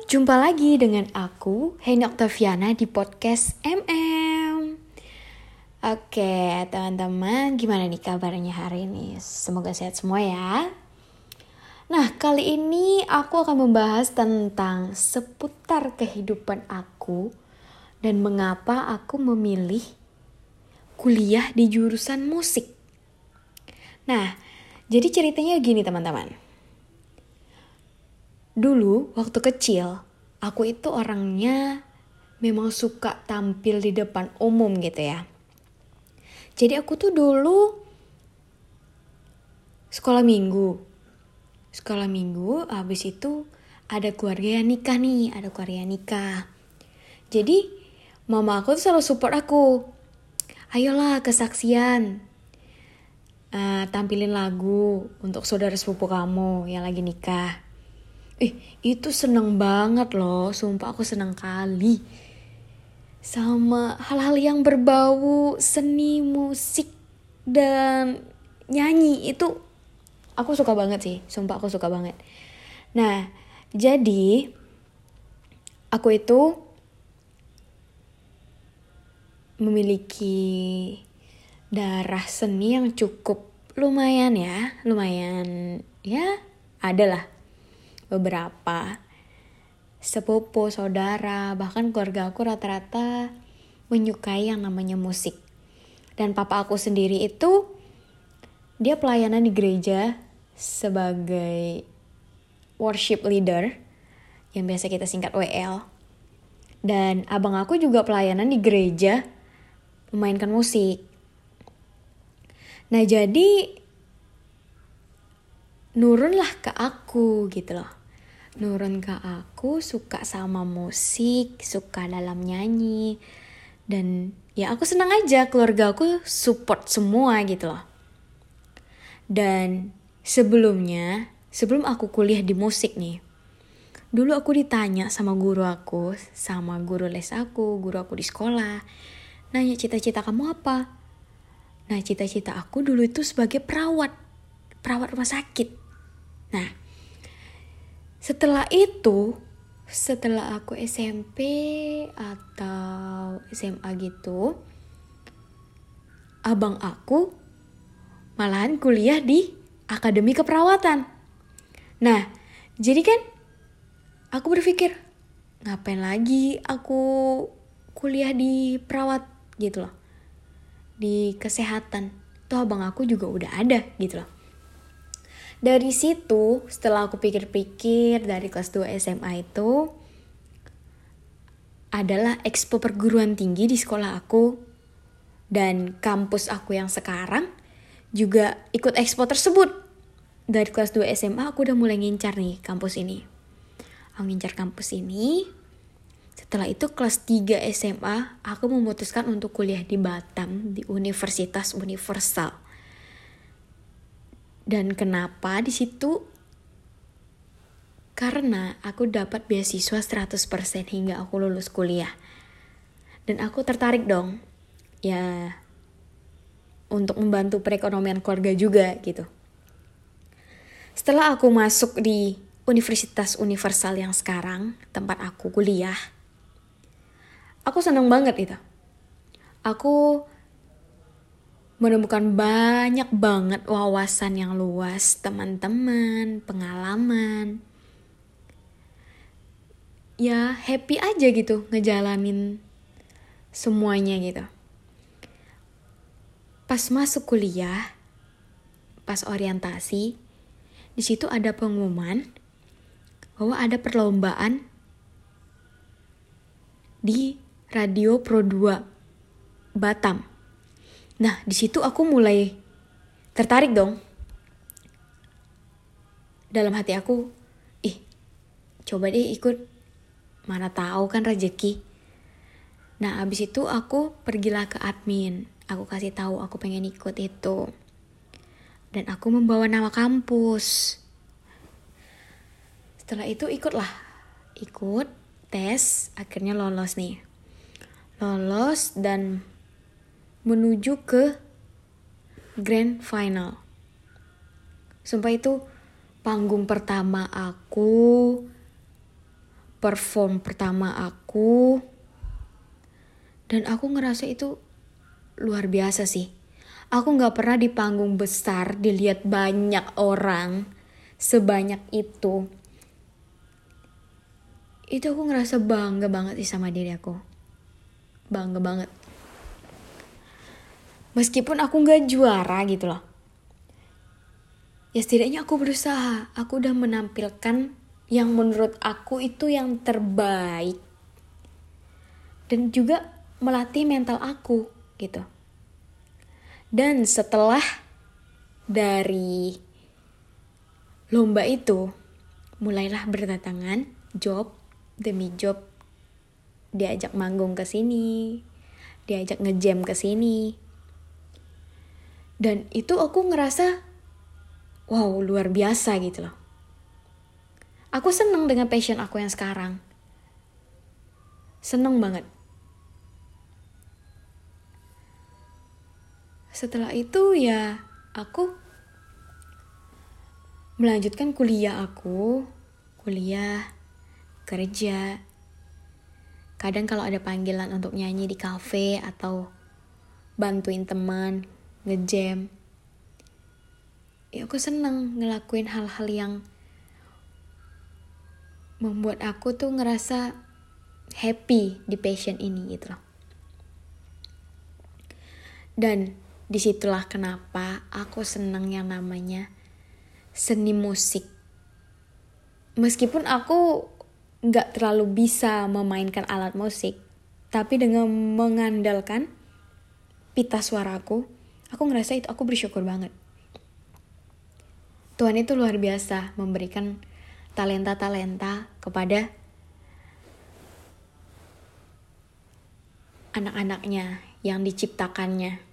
Jumpa lagi dengan aku, Heni Oktaviana di podcast MM. Oke, teman-teman, gimana nih kabarnya hari ini? Semoga sehat semua ya. Nah, kali ini aku akan membahas tentang seputar kehidupan aku dan mengapa aku memilih kuliah di jurusan musik. Nah, jadi ceritanya gini teman-teman. Dulu waktu kecil, aku itu orangnya memang suka tampil di depan umum gitu ya. Jadi aku tuh dulu sekolah minggu, habis itu ada keluarga yang nikah. Jadi mama aku tuh selalu support aku. Ayolah kesaksian, tampilin lagu untuk saudara sepupu kamu yang lagi nikah. Itu seneng banget loh, sumpah aku seneng kali. Sama hal-hal yang berbau seni, musik, dan nyanyi itu aku suka banget sih, sumpah aku suka banget. Nah, jadi aku itu memiliki darah seni yang cukup lumayan ya adalah beberapa sepupu, saudara, bahkan keluarga aku rata-rata menyukai yang namanya musik. Dan papa aku sendiri itu dia pelayanan di gereja sebagai worship leader yang biasa kita singkat WL. Dan abang aku juga pelayanan di gereja memainkan musik. Nah, jadi nurunlah ke aku gitu loh. Nurun ke aku suka sama musik, suka dalam nyanyi. Dan ya aku senang aja, keluarga aku support semua gitu loh. Dan sebelum aku kuliah di musik nih, dulu aku ditanya sama guru aku, sama guru les aku, guru aku di sekolah. Nanya cita-cita kamu apa? Nah, cita-cita aku dulu itu sebagai perawat rumah sakit. Nah, setelah aku SMP atau SMA gitu, abang aku malahan kuliah di akademi keperawatan. Nah, jadi kan aku berpikir, ngapain lagi aku kuliah di perawat gitu loh, di kesehatan. Tuh abang aku juga udah ada gitu loh. Dari situ, setelah aku pikir-pikir dari kelas 2 SMA itu, adalah expo perguruan tinggi di sekolah aku. Dan kampus aku yang sekarang juga ikut expo tersebut. Dari kelas 2 SMA aku udah mulai ngincar nih kampus ini. Aku ngincar kampus ini. Setelah itu kelas 3 SMA, aku memutuskan untuk kuliah di Batam, di Universitas Universal. Dan kenapa di situ? Karena aku dapat beasiswa 100% hingga aku lulus kuliah. Dan aku tertarik dong, ya untuk membantu perekonomian keluarga juga gitu. Setelah aku masuk di Universitas Universal yang sekarang, tempat aku kuliah, aku senang banget itu. Aku menemukan banyak banget wawasan yang luas, teman-teman, pengalaman. Ya happy aja gitu ngejalanin semuanya gitu. Pas masuk kuliah, pas orientasi, di situ ada pengumuman bahwa ada perlombaan di Radio Pro 2 Batam. Nah, di situ aku mulai tertarik dong. Dalam hati aku, coba deh ikut. Mana tahu kan rezeki. Nah, abis itu aku pergilah ke admin. Aku kasih tahu aku pengen ikut itu. Dan aku membawa nama kampus. Setelah itu ikut tes, akhirnya lolos nih. Lolos dan menuju ke grand final. Sumpah itu panggung pertama aku, perform pertama aku. Dan aku ngerasa itu luar biasa sih. Aku gak pernah di panggung besar dilihat banyak orang sebanyak itu. Itu aku ngerasa bangga banget sih sama diri aku. Bangga banget. Meskipun aku gak juara gitu loh. Ya setidaknya aku berusaha. Aku udah menampilkan yang menurut aku itu yang terbaik. Dan juga melatih mental aku gitu. Dan setelah dari lomba itu, mulailah berdatangan job demi job. Diajak manggung ke sini, diajak ngejam ke sini. Dan itu aku ngerasa wow, luar biasa gitu loh. Aku seneng dengan passion aku yang sekarang. Seneng banget. Setelah itu ya aku melanjutkan kuliah aku. Kuliah, kerja. Kadang kalau ada panggilan untuk nyanyi di kafe atau bantuin teman, ngejam. Ya aku seneng ngelakuin hal-hal yang membuat aku tuh ngerasa happy di passion ini gitu loh. Dan disitulah kenapa aku seneng yang namanya seni musik. Meskipun aku gak terlalu bisa memainkan alat musik, tapi dengan mengandalkan pita suaraku, aku ngerasa itu aku bersyukur banget. Tuhan itu luar biasa memberikan talenta-talenta kepada anak-anaknya yang diciptakannya.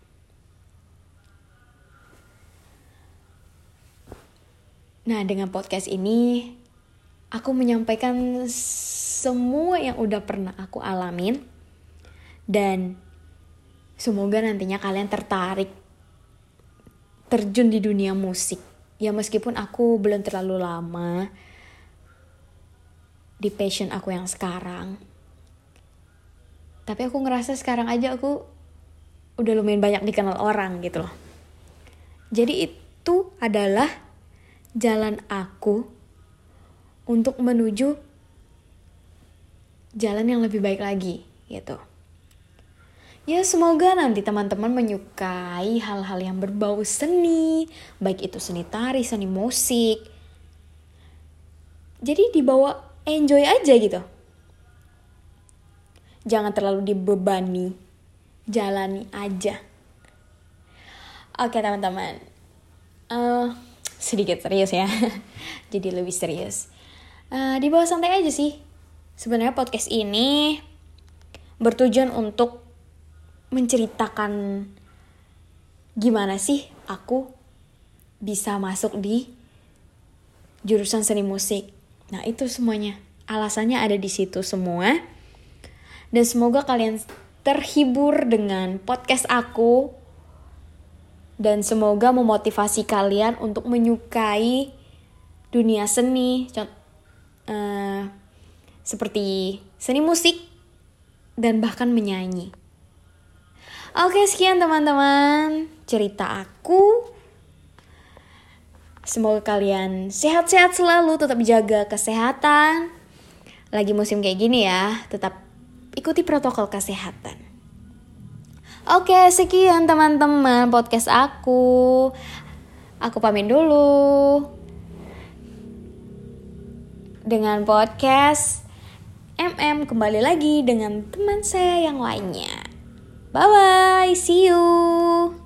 Nah, dengan podcast ini, aku menyampaikan semua yang udah pernah aku alamin. Dan semoga nantinya kalian tertarik terjun di dunia musik. Ya meskipun aku belum terlalu lama di passion aku yang sekarang. Tapi aku ngerasa sekarang aja aku udah lumayan banyak dikenal orang gitu loh. Jadi itu adalah jalan aku untuk menuju jalan yang lebih baik lagi gitu. Ya semoga nanti teman-teman menyukai hal-hal yang berbau seni, baik itu seni tari, seni musik. Jadi dibawa enjoy aja gitu. Jangan terlalu dibebani, jalani aja. Oke teman-teman, sedikit serius ya, jadi lebih serius. Dibawa santai aja sih. Sebenarnya podcast ini bertujuan untuk menceritakan gimana sih aku bisa masuk di jurusan seni musik. Nah itu semuanya, alasannya ada di situ semua. Dan semoga kalian terhibur dengan podcast aku. Dan semoga memotivasi kalian untuk menyukai dunia seni. Seperti seni musik dan bahkan menyanyi. Oke, sekian teman-teman cerita aku. Semoga kalian sehat-sehat selalu, tetap jaga kesehatan. Lagi musim kayak gini ya, tetap ikuti protokol kesehatan. Oke, sekian teman-teman podcast aku. Aku pamit dulu dengan podcast kembali lagi dengan teman saya yang lainnya. Bye-bye, see you.